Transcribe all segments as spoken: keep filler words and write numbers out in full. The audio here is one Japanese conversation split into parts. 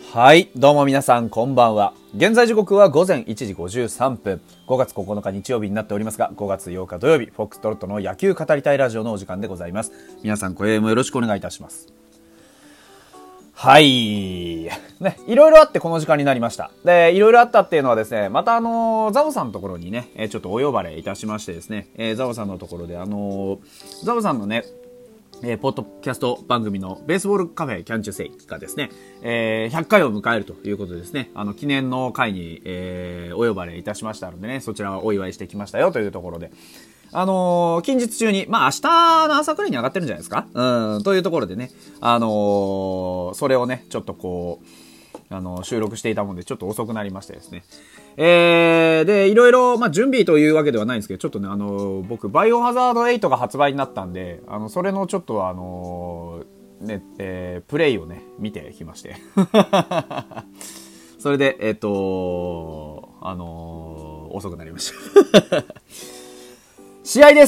はい、どうも皆さんこんばんは。現在時刻はごぜんいちじごじゅうさんぷん、ごがつここのか日曜日になっておりますが、ごがつようか土曜日、フォックストロットの野球語りたいラジオのお時間でございます。皆さん今宵もよろしくお願いいたします。はい、ね、いろいろあってこの時間になりました。で、いろいろあったっていうのはですね、またあのー、ザボさんのところにね、ちょっとお呼ばれいたしましてですね、えー、ザボさんのところであのー、ザボさんのね、えー、ポッドキャスト番組のベースボールカフェキャンチュセイがですね、えー、ひゃっかいを迎えるということでですね、あの記念の会に、えー、お呼ばれいたしましたのでね、そちらはお祝いしてきましたよというところで、あのー、近日中に、まあ明日の朝くらいに上がってるんじゃないですか、うん、というところでね、あのー、それをね、ちょっとこう、あのー、収録していたもんでちょっと遅くなりましてですね、えー、で、いろいろ、まあ、準備というわけではないんですけど、ちょっとね、あのー、僕、バイオハザードエイトが発売になったんで、あの、それのちょっとあのー、ね、えー、プレイをね、見てきまして。それで、えっと、あのー、遅くなりました。試合です。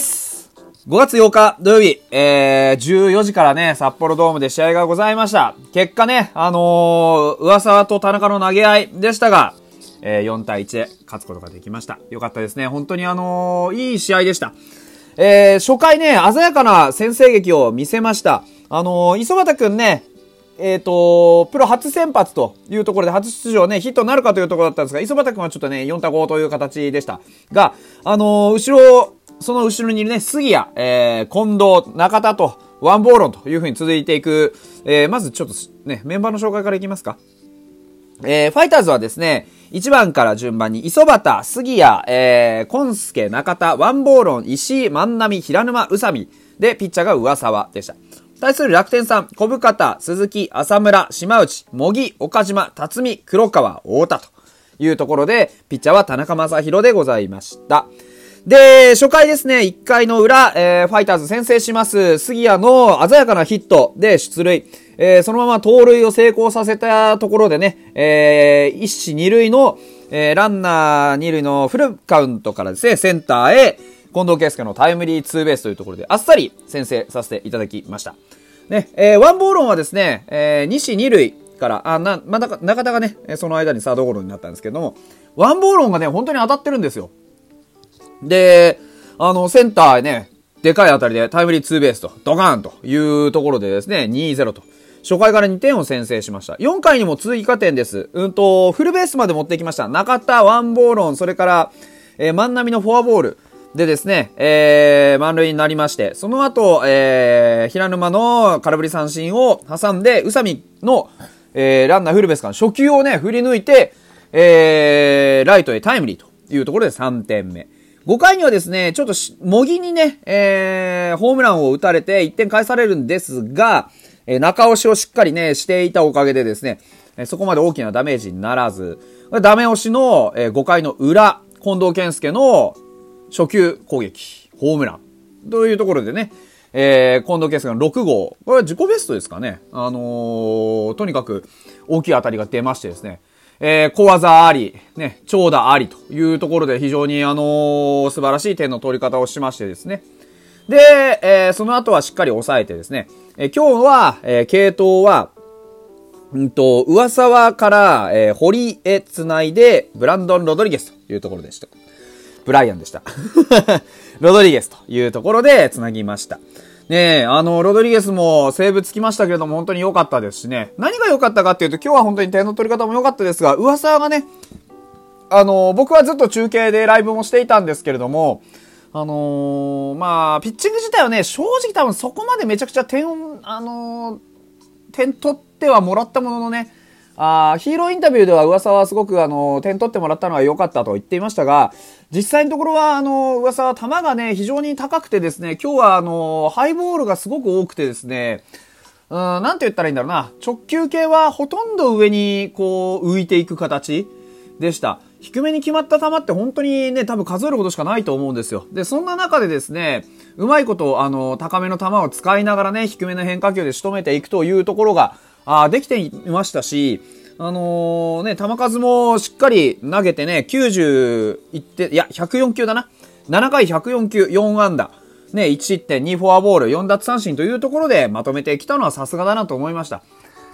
ごがつようか土曜日、えー、じゅうよじからね、札幌ドームで試合がございました。結果ね、あのー、上沢と田中の投げ合いでしたが、えー、よんたいいちで勝つことができました。よかったですね。本当にあのー、いい試合でした。えー、初回ね、鮮やかな先制劇を見せました。あのー、磯畑くんね、えっと、プロ初先発というところで初出場ね、ヒットになるかというところだったんですが、磯畑くんはちょっとね、よんたいごという形でした。が、あのー、後ろ、その後ろにいるね、杉谷、えー、近藤、中田と、ワンボーロンという風に続いていく、えー、まずちょっとね、メンバーの紹介からいきますか。えー、ファイターズはですね、いちばんから順番に、磯畑、杉谷、えー、コンスケ、中田、ワンボーロン、石井、万波、平沼、宇佐美。で、ピッチャーが上沢でした。対する楽天さん、小深田、鈴木、浅村、島内、茂木、岡島、辰巳、黒川、太田というところで、ピッチャーは田中将大でございました。で、初回ですね、いっかいの裏、えー、ファイターズ先制します。杉谷の鮮やかなヒットで出塁。えー、そのまま盗塁を成功させたところでね、えー、一死二塁の、えー、ランナー二塁のフルカウントからですね、センターへ、近藤圭介のタイムリーツーベースというところで、あっさり先制させていただきました。ね、えー、ワンボーロンはですね、えー、二死二塁から、あ、な、まだ、中田がね、その間にサードゴロになったんですけども、ワンボーロンがね、本当に当たってるんですよ。で、あの、センターへね、でかい当たりでタイムリーツーベースと、ドカーンというところでですね、にたいゼロと。初回からにてんを先制しました。よんかいにも追加点です。うんと、フルベースまで持ってきました。中田、ワンボーロン、それから、えー、万波のフォアボールでですね、えー、満塁になりまして、その後、えー、平沼の空振り三振を挟んで、宇佐美の、えー、ランナーフルベースから初球をね、振り抜いて、えー、ライトへタイムリーというところでさんてんめ。ごかいにはですね、ちょっと茂木にね、えー、ホームランを打たれていってん返されるんですが、えー、中押しをしっかりね、していたおかげでですね、えー、そこまで大きなダメージにならず、ダメ押しの、えー、ごかいの裏、近藤健介の初球攻撃、ホームラン。というところでね、えー、近藤健介のろくごう、これは自己ベストですかね。あのー、とにかく大きい当たりが出ましてですね、えー、小技あり、ね、長打ありというところで非常にあのー、素晴らしい点の取り方をしましてですね。で、えー、その後はしっかり抑えてですね、えー、今日は、えー、系統は、うんと、上沢から、えー、堀へ繋いで、ブランドン・ロドリゲスというところでした。ブライアンでした。ロドリゲスというところで繋ぎました。ねえ、あの、ロドリゲスもセーブつきましたけれども本当に良かったですしね。何が良かったかっていうと、今日は本当に点の取り方も良かったですが、上沢がね、あの、僕はずっと中継でライブもしていたんですけれども、あのー、まあ、ピッチング自体はね、正直多分そこまでめちゃくちゃ点を、あのー、点取ってはもらったもののね、あヒーローインタビューでは噂はすごくあの点取ってもらったのは良かったと言っていましたが、実際のところはあの噂は球がね非常に高くてですね、今日はあのハイボールがすごく多くてですね、うん、なんて言ったらいいんだろうな、直球系はほとんど上にこう浮いていく形でした。低めに決まった球って本当にね多分数えるほどしかないと思うんですよ。でそんな中でですね、うまいことあの高めの球を使いながらね低めの変化球で仕留めていくというところがあできていましたし、あのー、ね、球数もしっかり投げてね、きゅうじゅういって、いや、ひゃくよんきゅうだな。ななかいひゃくよんきゅう、よん安打。ね、いち失点、にフォアボール、よん奪三振というところでまとめてきたのはさすがだなと思いました。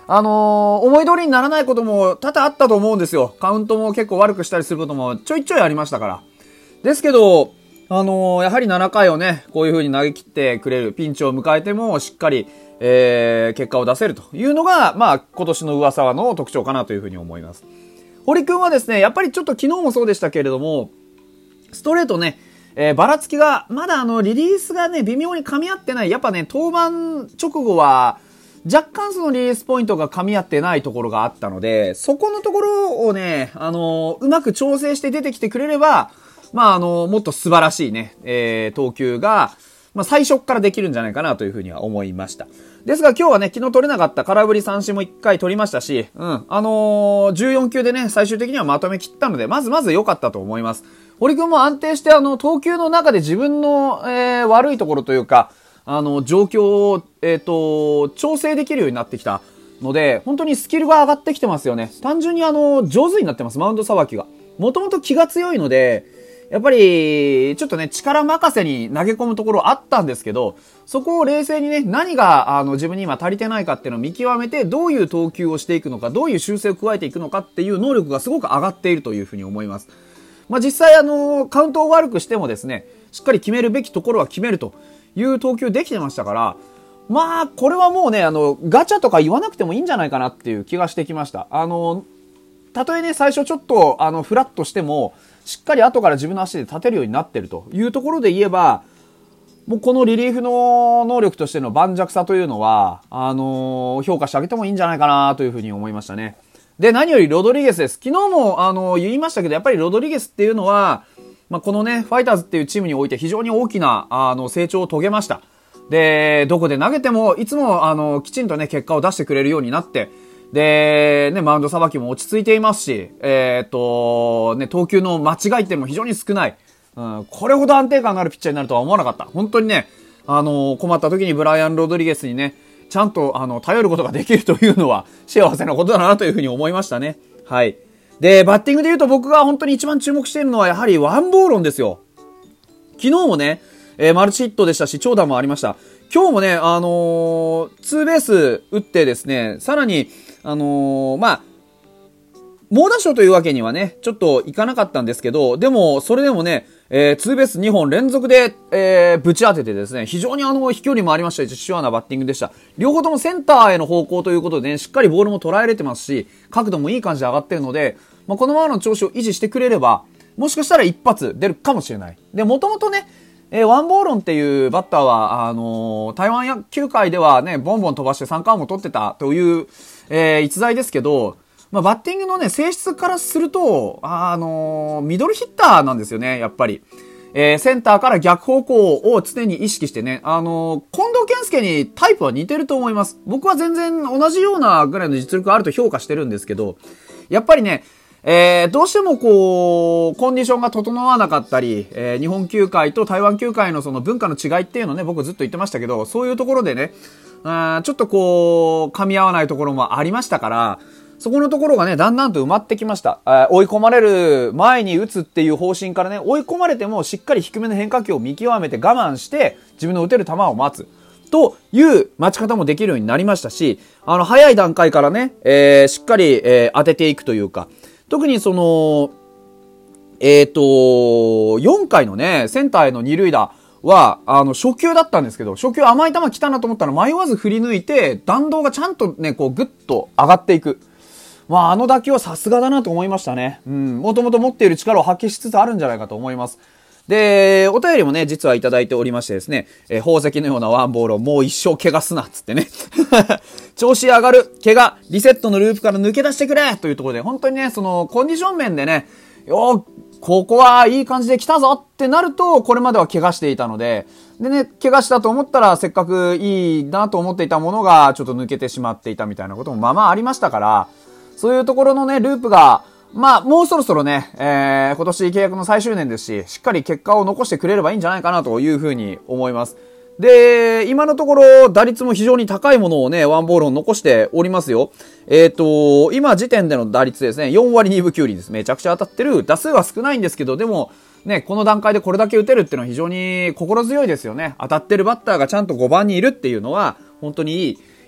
あのー、思い通りにならないことも多々あったと思うんですよ。カウントも結構悪くしたりすることもちょいちょいありましたから。ですけど、あのー、やはりななかいをね、こういう風に投げ切ってくれる、ピンチを迎えてもしっかり、えー、結果を出せるというのが、まあ、今年の噂の特徴かなという風に思います。堀君はですね、やっぱりちょっと昨日もそうでしたけれども、ストレートね、えー、ばらつきが、まだあの、リリースがね、微妙に噛み合ってない。やっぱね、登板直後は、若干そのリリースポイントが噛み合ってないところがあったので、そこのところをね、あのー、うまく調整して出てきてくれれば、まあ、あのー、もっと素晴らしいね、えー、投球が、まあ、最初からできるんじゃないかなというふうには思いました。ですが今日はね、昨日取れなかった空振り三振もいっかい取りましたし、うん、あのー、じゅうよんきゅうでね、最終的にはまとめ切ったので、まずまず良かったと思います。堀君も安定してあの、投球の中で自分の、えー、悪いところというか、あの、状況を、えっと、調整できるようになってきたので、本当にスキルが上がってきてますよね。単純にあの、上手になってます、マウンドさばきが。もともと気が強いので、やっぱり、ちょっとね、力任せに投げ込むところあったんですけど、そこを冷静にね、何が、あの、自分に今足りてないかっていうのを見極めて、どういう投球をしていくのか、どういう修正を加えていくのかっていう能力がすごく上がっているというふうに思います。まあ、実際あの、カウントを悪くしてもですね、しっかり決めるべきところは決めるという投球できてましたから、まあ、これはもうね、あの、ガチャとか言わなくてもいいんじゃないかなっていう気がしてきました。あの、たとえね、最初ちょっと、あの、フラッとしても、しっかり後から自分の足で立てるようになってるというところで言えば、もうこのリリーフの能力としての盤石さというのは、あのー、評価してあげてもいいんじゃないかなというふうに思いましたね。で、何よりロドリゲスです。昨日も、あのー、言いましたけど、やっぱりロドリゲスっていうのは、まあ、このね、ファイターズっていうチームにおいて非常に大きな、あの、成長を遂げました。で、どこで投げても、いつも、あの、きちんとね、結果を出してくれるようになって、で、ね、マウンドさばきも落ち着いていますし、えー、っと、ね、投球の間違い点も非常に少ない。うん、これほど安定感のあるピッチャーになるとは思わなかった。本当にね、あの、困った時にブライアン・ロドリゲスにね、ちゃんと、あの、頼ることができるというのは、幸せなことだなというふうに思いましたね。はい。で、バッティングで言うと僕が本当に一番注目しているのはやはりワンボー論ですよ。昨日もね、えー、マルチヒットでしたし、長打もありました。今日もね、あのー、ツーベース打ってですね、さらに、あのー、まあ、猛打賞というわけにはね、ちょっといかなかったんですけど、でも、それでもね、えー、ツーベースにほん連続で、えー、ぶち当ててですね、非常にあの、飛距離もありましたし、シュアなバッティングでした。両方ともセンターへの方向ということでね、しっかりボールも捉えれてますし、角度もいい感じで上がってるので、まあ、このままの調子を維持してくれれば、もしかしたら一発出るかもしれない。で、もともとね、えー、ワンボーロンっていうバッターは、あのー、台湾野球界ではね、ボンボン飛ばして三冠王も取ってたという、えー、逸材ですけど、まあ、バッティングのね、性質からすると、あのー、ミドルヒッターなんですよね、やっぱり。えー、センターから逆方向を常に意識してね、あのー、近藤健介にタイプは似てると思います。僕は全然同じようなぐらいの実力があると評価してるんですけど、やっぱりね、えー、どうしてもこう、コンディションが整わなかったり、えー、日本球界と台湾球界のその文化の違いっていうのをね、僕ずっと言ってましたけど、そういうところでね、あちょっとこう、噛み合わないところもありましたから、そこのところがね、だんだんと埋まってきました。追い込まれる前に打つっていう方針からね、追い込まれてもしっかり低めの変化球を見極めて我慢して、自分の打てる球を待つ。という待ち方もできるようになりましたし、あの、早い段階からね、えー、しっかり、えー、当てていくというか、特にその、えっと、よんかいのね、センターへの二塁打は、あの、初球だったんですけど、初球甘い球来たなと思ったら迷わず振り抜いて、弾道がちゃんとね、こうグッと上がっていく。まあ、あの打球はさすがだなと思いましたね。うん。もともと持っている力を発揮しつつあるんじゃないかと思います。で、お便りもね、実はいただいておりましてですね、えー、宝石のようなワンボールをもう一生怪我すな、つってね。調子上がる、怪我、リセットのループから抜け出してくれというところで、本当にね、その、コンディション面でね、よー、ここはいい感じで来たぞってなると、これまでは怪我していたので、でね、怪我したと思ったら、せっかくいいなと思っていたものが、ちょっと抜けてしまっていたみたいなこともまあまあありましたから、そういうところのね、ループが、まあ、もうそろそろね、えー、今年契約の最終年ですし、しっかり結果を残してくれればいいんじゃないかなというふうに思います。で、今のところ、打率も非常に高いものをね、ワンボールを残しておりますよ。えっと、今時点での打率ですね、よんわりにぶきゅうりです。めちゃくちゃ当たってる。打数は少ないんですけど、でも、ね、この段階でこれだけ打てるっていうのは非常に心強いですよね。当たってるバッターがちゃんとごばんにいるっていうのは、本当にいい。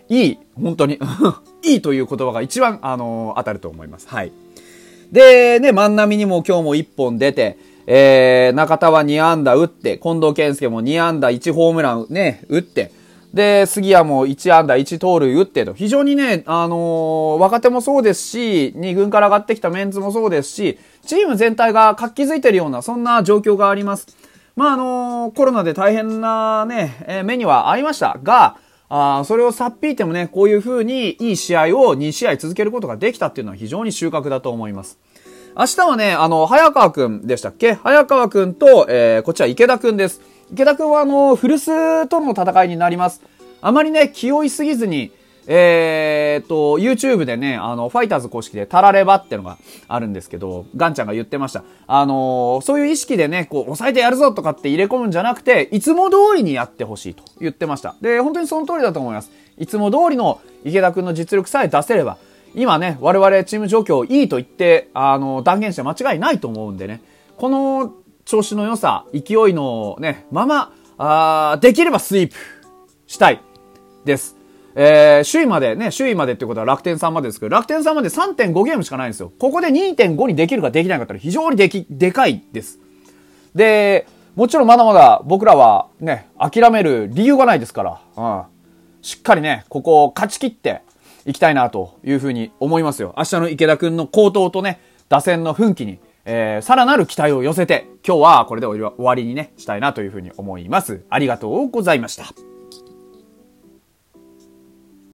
いい、本当に。いいという言葉が一番、あのー、当たると思います。はい。で、ね、万波にも今日もいっぽん出て、えー、中田はに安打打って、近藤健介もに安打いちホームランね、打って、で、杉谷もいち安打いち盗塁打ってと、非常にね、あのー、若手もそうですし、に軍から上がってきたメンツもそうですし、チーム全体が活気づいてるような、そんな状況があります。まあ、あのー、コロナで大変なね、えー、目にはありましたが、あそれをさっぴいてもね、こういう風にいい試合をに試合続けることができたっていうのは非常に収穫だと思います。明日はね、あの、早川くんでしたっけ？早川くんと、えー、こっちは池田くんです。池田くんはあの、古巣との戦いになります。あまりね、気負いすぎずに、えーっと、YouTube でね、あの、ファイターズ公式でタラレバってのがあるんですけど、ガンちゃんが言ってました。あのー、そういう意識でね、こう、抑えてやるぞとかって入れ込むんじゃなくて、いつも通りにやってほしいと言ってました。で、本当にその通りだと思います。いつも通りの池田くんの実力さえ出せれば、今ね、我々チーム状況いいと言って、あの、断言して間違いないと思うんでね、この調子の良さ、勢いのね、まま、あできればスイープしたいです。えー、首位までね、首位までっていうことは楽天さんまでですけど、楽天さんまで さんてんご ゲームしかないんですよ。ここで にてんご にできるかできないかって非常にでき、でかいです。で、もちろんまだまだ僕らはね、諦める理由がないですから、うん、しっかりね、ここを勝ち切っていきたいなというふうに思いますよ。明日の池田くんの好投とね、打線の奮起に、えー、さらなる期待を寄せて、今日はこれで終わりにね、したいなというふうに思います。ありがとうございました。